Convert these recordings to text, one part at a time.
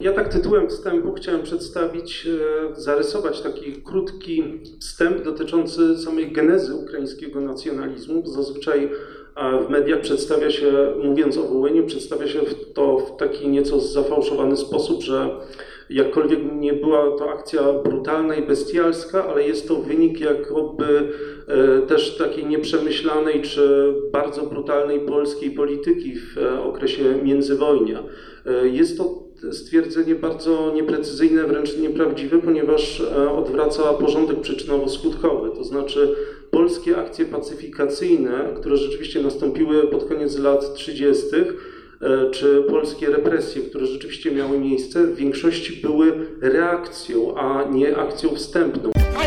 Ja tak tytułem wstępu chciałem zarysować taki krótki wstęp dotyczący samej genezy ukraińskiego nacjonalizmu. Zazwyczaj w mediach przedstawia się, mówiąc o Wołyniu, przedstawia się to w taki nieco zafałszowany sposób, że jakkolwiek nie była to akcja brutalna i bestialska, ale jest to wynik jakoby też takiej nieprzemyślanej czy bardzo brutalnej polskiej polityki w okresie międzywojnia. Jest to stwierdzenie bardzo nieprecyzyjne, wręcz nieprawdziwe, ponieważ odwraca porządek przyczynowo-skutkowy, to znaczy polskie akcje pacyfikacyjne, które rzeczywiście nastąpiły pod koniec lat 30., czy polskie represje, które rzeczywiście miały miejsce, w większości były reakcją, a nie akcją wstępną.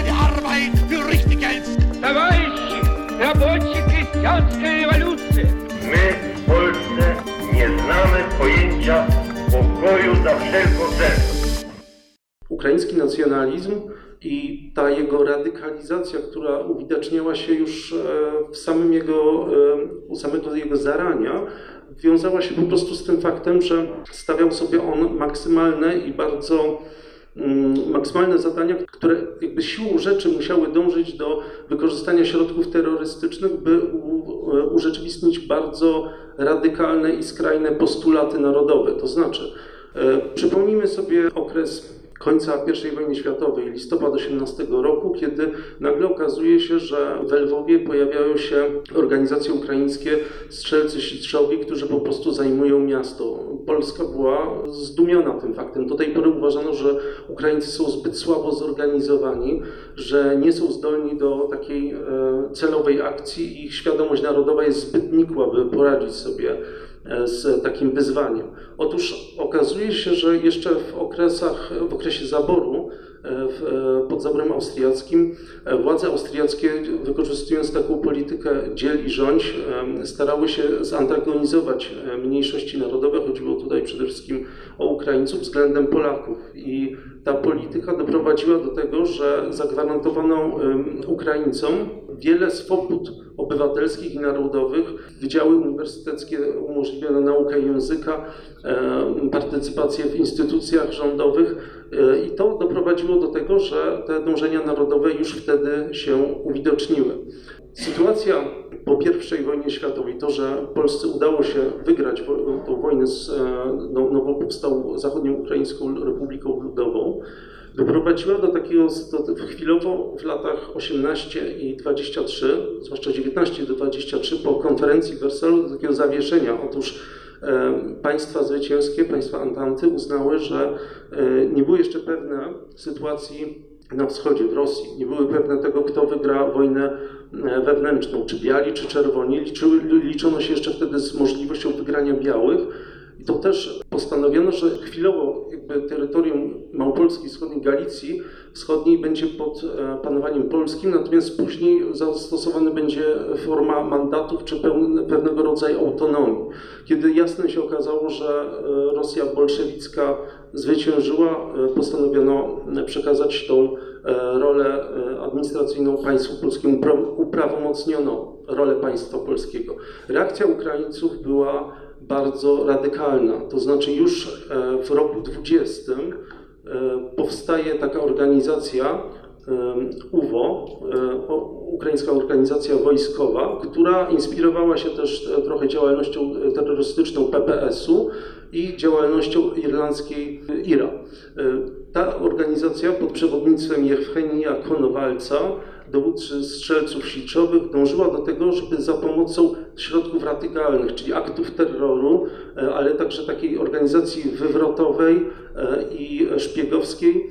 My w Polsce nie znamy pojęcia pokoju za wszelką cenę. Ukraiński nacjonalizm i ta jego radykalizacja, która uwidaczniała się już u samego jego zarania, wiązała się po prostu z tym faktem, że stawiał sobie on maksymalne zadania, które jakby siłą rzeczy musiały dążyć do wykorzystania środków terrorystycznych, by urzeczywistnić bardzo radykalne i skrajne postulaty narodowe. To znaczy, przypomnijmy sobie okres końca I wojny światowej, listopad 1918 roku, kiedy nagle okazuje się, że w Lwowie pojawiają się organizacje ukraińskie, strzelcy sistrzowi, którzy po prostu zajmują miasto. Polska była zdumiona tym faktem. Do tej pory uważano, że Ukraińcy są zbyt słabo zorganizowani, że nie są zdolni do takiej celowej akcji i ich świadomość narodowa jest zbyt nikła, by poradzić sobie z takim wyzwaniem. Otóż okazuje się, że jeszcze w okresie zaboru pod zaborem austriackim władze austriackie, wykorzystując taką politykę dziel i rządź, starały się zantagonizować mniejszości narodowe. Chodziło tutaj przede wszystkim o Ukraińców względem Polaków. I ta polityka doprowadziła do tego, że zagwarantowano Ukraińcom wiele swobód obywatelskich i narodowych. Wydziały uniwersyteckie umożliwiono naukę języka, partycypację w instytucjach rządowych i to doprowadziło do tego, że te dążenia narodowe już wtedy się uwidoczniły. Sytuacja po I wojnie światowej, to, że Polsce udało się wygrać tę wojnę z nowo powstałą Zachodnioukraińską Republiką Ludową, doprowadziła do takiego chwilowo w latach 18 i 23, zwłaszcza 19 do 23 po konferencji w Wersalu, do takiego zawieszenia. Otóż państwa zwycięskie, państwa Antanty uznały, że nie były jeszcze pewne sytuacji na wschodzie, w Rosji. Nie były pewne tego, kto wygra wojnę wewnętrzną, czy biali, czy czerwoni. Liczono się jeszcze wtedy z możliwością wygrania białych. I to też postanowiono, że chwilowo jakby terytorium Małopolski, wschodniej Galicji wschodniej będzie pod panowaniem polskim, natomiast później zastosowana będzie forma mandatów czy pewnego rodzaju autonomii. Kiedy jasno się okazało, że Rosja bolszewicka zwyciężyła, postanowiono przekazać tą rolę administracyjną państwu polskiemu, uprawomocniono rolę państwa polskiego. Reakcja Ukraińców była bardzo radykalna, to znaczy już w roku 20 powstaje taka organizacja UWO, Ukraińska Organizacja Wojskowa, która inspirowała się też trochę działalnością terrorystyczną PPS-u i działalnością irlandzkiej IRA. Ta organizacja pod przewodnictwem Jewgenija Konowalca, dowódcy strzelców sieciowych, dążyła do tego, żeby za pomocą środków radykalnych, czyli aktów terroru, ale także takiej organizacji wywrotowej i szpiegowskiej,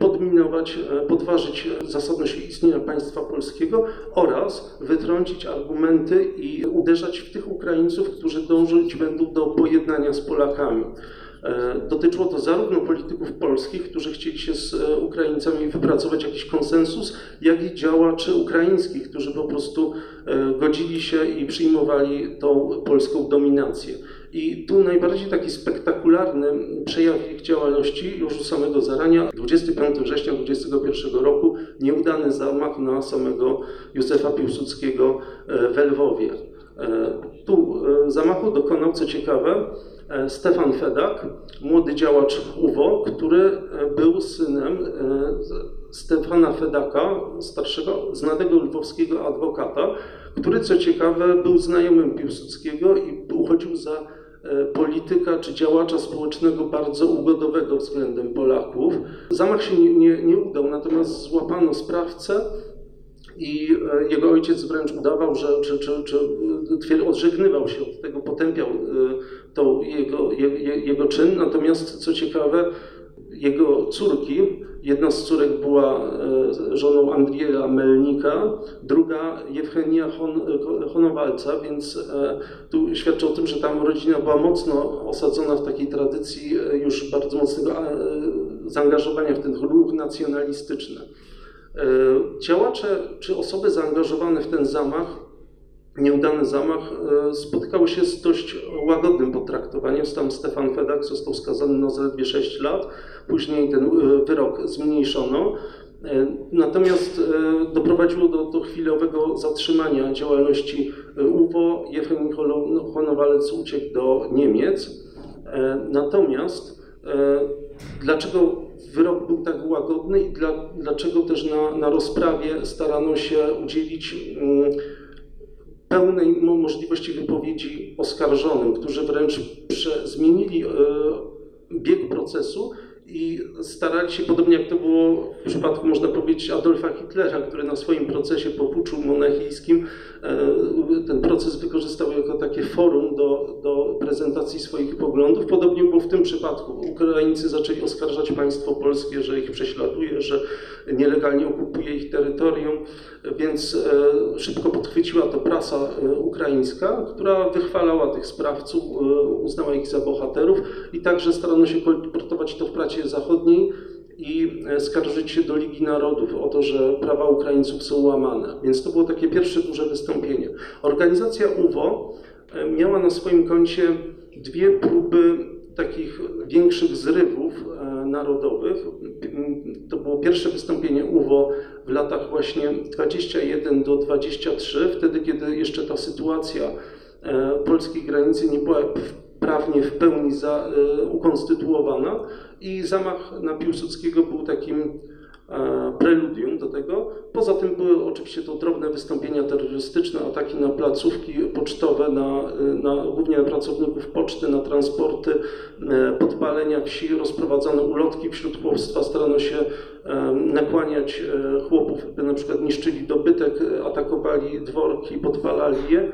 podważyć zasadność istnienia państwa polskiego oraz wytrącić argumenty i uderzać w tych Ukraińców, którzy dążyć będą do pojednania z Polakami. Dotyczyło to zarówno polityków polskich, którzy chcieli się z Ukraińcami wypracować jakiś konsensus, jak i działaczy ukraińskich, którzy po prostu godzili się i przyjmowali tą polską dominację. I tu najbardziej taki spektakularny przejaw ich działalności już u samego zarania, 25 września 2021 roku, nieudany zamach na samego Józefa Piłsudskiego w Lwowie. Tu zamachu dokonał, co ciekawe, Stefan Fedak, młody działacz UWO, który był synem Stefana Fedaka, starszego, znanego lwowskiego adwokata, który co ciekawe był znajomym Piłsudskiego i uchodził za polityka czy działacza społecznego bardzo ugodowego względem Polaków. Zamach się nie udał, natomiast złapano sprawcę i jego ojciec wręcz udawał, że odżegnywał się od tego, potępiał jego czyn. Natomiast co ciekawe, jego córki, jedna z córek była żoną Andrieja Melnika, druga Jewgenia Honowalca, więc tu świadczy o tym, że tam rodzina była mocno osadzona w takiej tradycji już bardzo mocnego zaangażowania w ten ruch nacjonalistyczny. Działacze czy osoby zaangażowane w ten zamach, nieudany zamach, spotykały się z dość łagodnym potraktowaniem. Sam Stefan Fedak został skazany na zaledwie 6 lat, później ten wyrok zmniejszono. Natomiast doprowadziło do chwilowego zatrzymania działalności UWO. Jewgeni Honowalec uciekł do Niemiec. Natomiast dlaczego wyrok był tak łagodny i dlaczego też na rozprawie starano się udzielić pełnej możliwości wypowiedzi oskarżonym, którzy wręcz zmienili bieg procesu i starali się, podobnie jak to było w przypadku, można powiedzieć, Adolfa Hitlera, który na swoim procesie po puczu monachijskim ten proces wykorzystał jako takie forum do prezentacji swoich poglądów. Podobnie było w tym przypadku. Ukraińcy zaczęli oskarżać państwo polskie, że ich prześladuje, że nielegalnie okupuje ich terytorium, więc szybko podchwyciła to prasa ukraińska, która wychwalała tych sprawców, uznała ich za bohaterów i także starano się kolportować to w prasie zachodniej i skarżyć się do Ligi Narodów o to, że prawa Ukraińców są łamane. Więc to było takie pierwsze duże wystąpienie. Organizacja UWO miała na swoim koncie 2 próby takich większych zrywów narodowych. To było pierwsze wystąpienie UWO w latach właśnie 21 do 23, wtedy kiedy jeszcze ta sytuacja polskiej granicy nie była prawnie w pełni ukonstytuowana i zamach na Piłsudskiego był takim preludium do tego. Poza tym były oczywiście to drobne wystąpienia terrorystyczne, ataki na placówki pocztowe, głównie na pracowników poczty, na transporty, podpalenia wsi, rozprowadzano ulotki wśród chłopstwa, starano się nakłaniać chłopów, by na przykład niszczyli dobytek, atakowali dworki, podpalali je.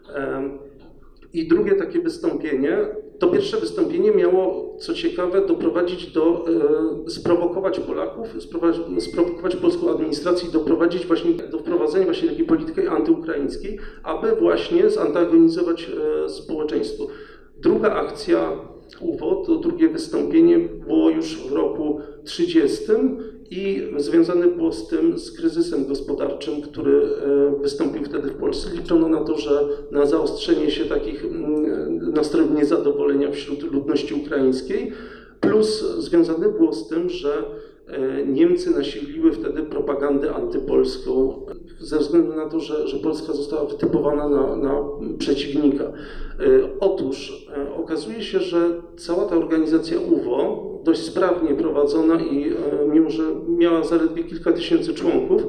I drugie takie wystąpienie, to pierwsze wystąpienie miało, co ciekawe, sprowokować Polaków, sprowokować polską administrację i doprowadzić właśnie do wprowadzenia właśnie takiej polityki antyukraińskiej, aby właśnie zantagonizować społeczeństwo. Druga akcja UWO, to drugie wystąpienie było już w roku 30 i związane było z kryzysem gospodarczym, który wystąpił wtedy w Polsce. Liczono na to, że na zaostrzenie się takich nastrojów niezadowolenia wśród ludności ukraińskiej, plus związane było z tym, że Niemcy nasiliły wtedy propagandę antypolską ze względu na to, że Polska została wytypowana na przeciwnika. Otóż okazuje się, że cała ta organizacja UWO, dość sprawnie prowadzona i mimo że miała zaledwie kilka tysięcy członków,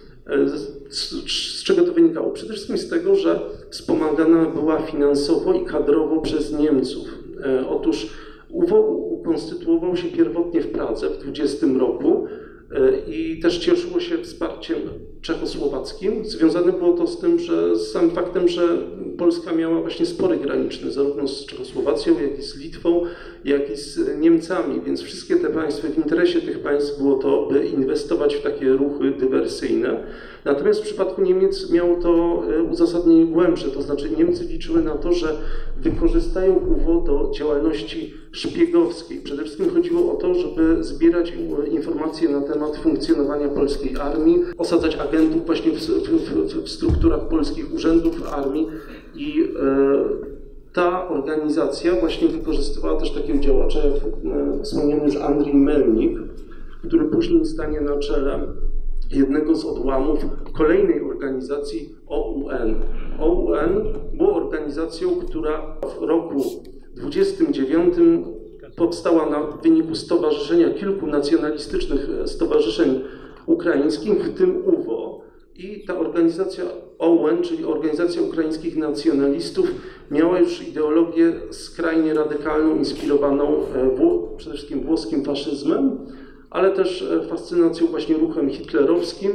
z czego to wynikało? Przede wszystkim z tego, że wspomagana była finansowo i kadrowo przez Niemców. Otóż UWO ukonstytuował się pierwotnie w Pradze w 20 roku i też cieszyło się wsparciem czechosłowackim. Związane było to z tym, że z samym faktem, że Polska miała właśnie spory graniczne zarówno z Czechosłowacją, jak i z Litwą, jak i z Niemcami, więc wszystkie te państwa, w interesie tych państw było to, by inwestować w takie ruchy dywersyjne. Natomiast w przypadku Niemiec miało to uzasadnienie głębsze, to znaczy Niemcy liczyły na to, że wykorzystają UWO do działalności szpiegowskiej. Przede wszystkim chodziło o to, żeby zbierać informacje na temat funkcjonowania polskiej armii, osadzać agentów właśnie w strukturach polskich urzędów armii i ta organizacja właśnie wykorzystywała też takiego działacza, jak wspomniany już Andrzej Melnik, który później stanie na czele jednego z odłamów kolejnej organizacji OUN. OUN była organizacją, która w roku 1929 powstała w wyniku stowarzyszenia kilku nacjonalistycznych stowarzyszeń ukraińskich, w tym UWO. I ta organizacja OUN, czyli Organizacja Ukraińskich Nacjonalistów, miała już ideologię skrajnie radykalną, inspirowaną przede wszystkim włoskim faszyzmem, ale też fascynacją właśnie ruchem hitlerowskim.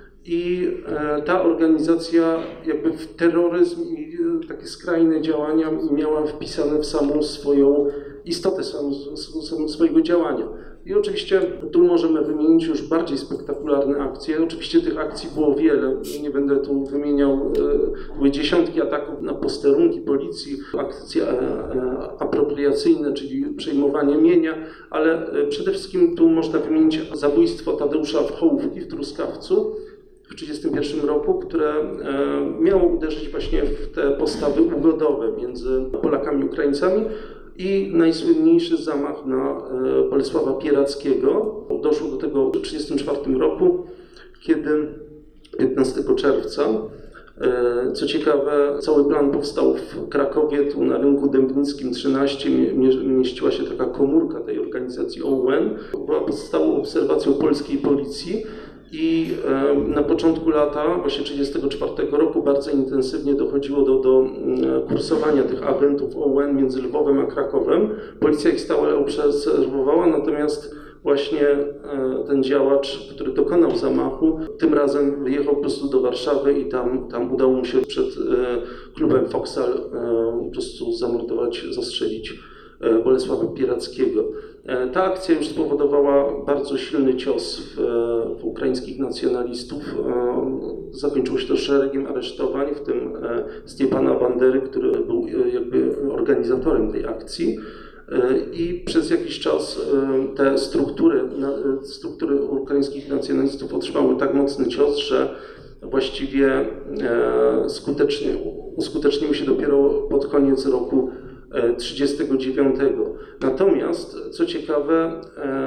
I ta organizacja jakby w terroryzm i takie skrajne działania miała wpisane w samą swoją istotę, swojego działania. I oczywiście tu możemy wymienić już bardziej spektakularne akcje. Oczywiście tych akcji było wiele, nie będę tu wymieniał, były dziesiątki ataków na posterunki policji, akcje apropriacyjne, czyli przejmowanie mienia, ale przede wszystkim tu można wymienić zabójstwo Tadeusza Hołówki w Truskawcu w 1931 roku, które miało uderzyć właśnie w te postawy ugodowe między Polakami i Ukraińcami. I najsłynniejszy zamach na Bolesława Pierackiego. Doszło do tego w 1934 roku, kiedy 15 czerwca, co ciekawe, cały plan powstał w Krakowie, tu na rynku Dębnickim 13 mieściła się taka komórka tej organizacji OUN. Była pod stałą obserwacją polskiej policji. I na początku lata, właśnie 1934 roku, bardzo intensywnie dochodziło do kursowania tych agentów OUN między Lwowem a Krakowem. Policja ich stale obserwowała, natomiast właśnie ten działacz, który dokonał zamachu, tym razem wyjechał po prostu do Warszawy i tam udało mu się przed klubem Foksal po prostu zamordować, zastrzelić Bolesława Pierackiego. Ta akcja już spowodowała bardzo silny cios w ukraińskich nacjonalistów. Zakończyło się to szeregiem aresztowań, w tym Stepana Bandery, który był jakby organizatorem tej akcji. I przez jakiś czas te struktury ukraińskich nacjonalistów otrzymały tak mocny cios, że właściwie uskuteczniły się dopiero pod koniec roku 1939. Natomiast, co ciekawe,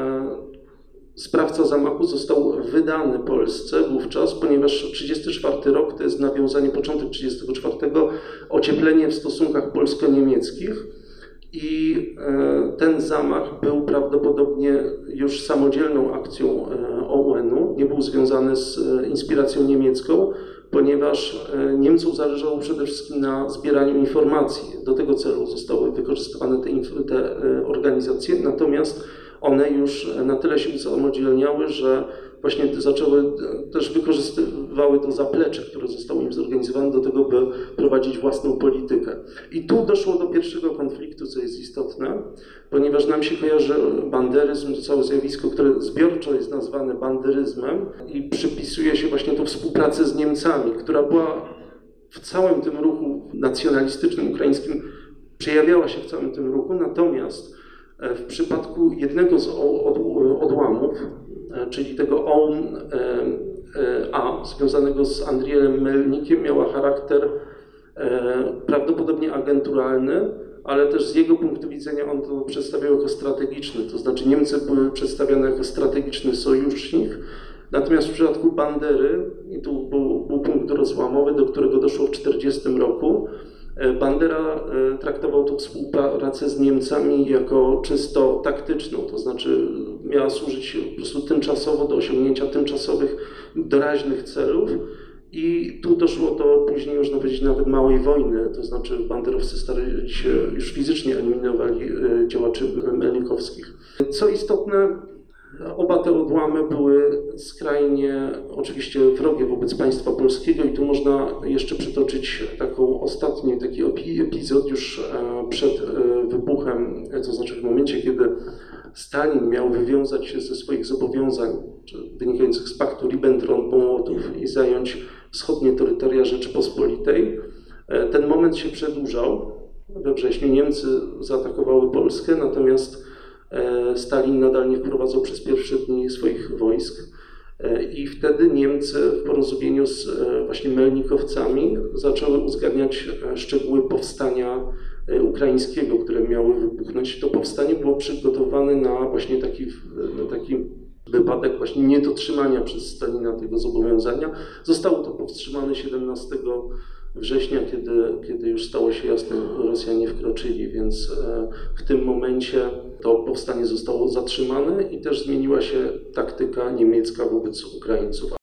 sprawca zamachu został wydany Polsce wówczas, ponieważ 1934 rok to jest nawiązanie, początek 1934, ocieplenie w stosunkach polsko-niemieckich. I ten zamach był prawdopodobnie już samodzielną akcją OUN-u, nie był związany z inspiracją niemiecką, ponieważ Niemcom zależało przede wszystkim na zbieraniu informacji. Do tego celu zostały wykorzystywane te organizacje, natomiast one już na tyle się usamodzielniały, że właśnie wykorzystywały to zaplecze, które zostało im zorganizowane do tego, by prowadzić własną politykę. I tu doszło do pierwszego konfliktu, co jest istotne, ponieważ nam się kojarzy banderyzm, to całe zjawisko, które zbiorczo jest nazwane banderyzmem i przypisuje się właśnie tą współpracę z Niemcami, która była w całym tym ruchu nacjonalistycznym ukraińskim, przejawiała się w całym tym ruchu, natomiast w przypadku jednego z odłamów, czyli tego OUN-A, związanego z Andrielem Melnikiem, miała charakter prawdopodobnie agenturalny, ale też z jego punktu widzenia on to przedstawiał jako strategiczny, to znaczy Niemcy były przedstawiane jako strategiczny sojusznik, natomiast w przypadku Bandery, i tu był punkt rozłamowy, do którego doszło w 1940 roku, Bandera traktował tę współpracę z Niemcami jako czysto taktyczną, to znaczy miała służyć po prostu tymczasowo do osiągnięcia tymczasowych, doraźnych celów. I tu doszło do później, można powiedzieć, nawet małej wojny, to znaczy banderowcy starali się, już fizycznie eliminowali działaczy melnikowskich. Co istotne, oba te odłamy były skrajnie oczywiście wrogie wobec państwa polskiego i tu można jeszcze przytoczyć taki epizod już przed wybuchem, to znaczy w momencie, kiedy Stalin miał wywiązać się ze swoich zobowiązań wynikających z paktu Ribbentrop-Mołotow i zająć wschodnie terytoria Rzeczypospolitej. Ten moment się przedłużał. We wrześniu Niemcy zaatakowały Polskę, natomiast Stalin nadal nie wprowadzał przez pierwsze dni swoich wojsk i wtedy Niemcy w porozumieniu z właśnie Melnikowcami zaczęły uzgadniać szczegóły powstania ukraińskiego, które miały wybuchnąć. To powstanie było przygotowane na właśnie taki wypadek właśnie niedotrzymania przez Stalina tego zobowiązania. Zostało to powstrzymane 17 września, kiedy już stało się jasne, Rosjanie wkroczyli, więc w tym momencie to powstanie zostało zatrzymane i też zmieniła się taktyka niemiecka wobec Ukraińców.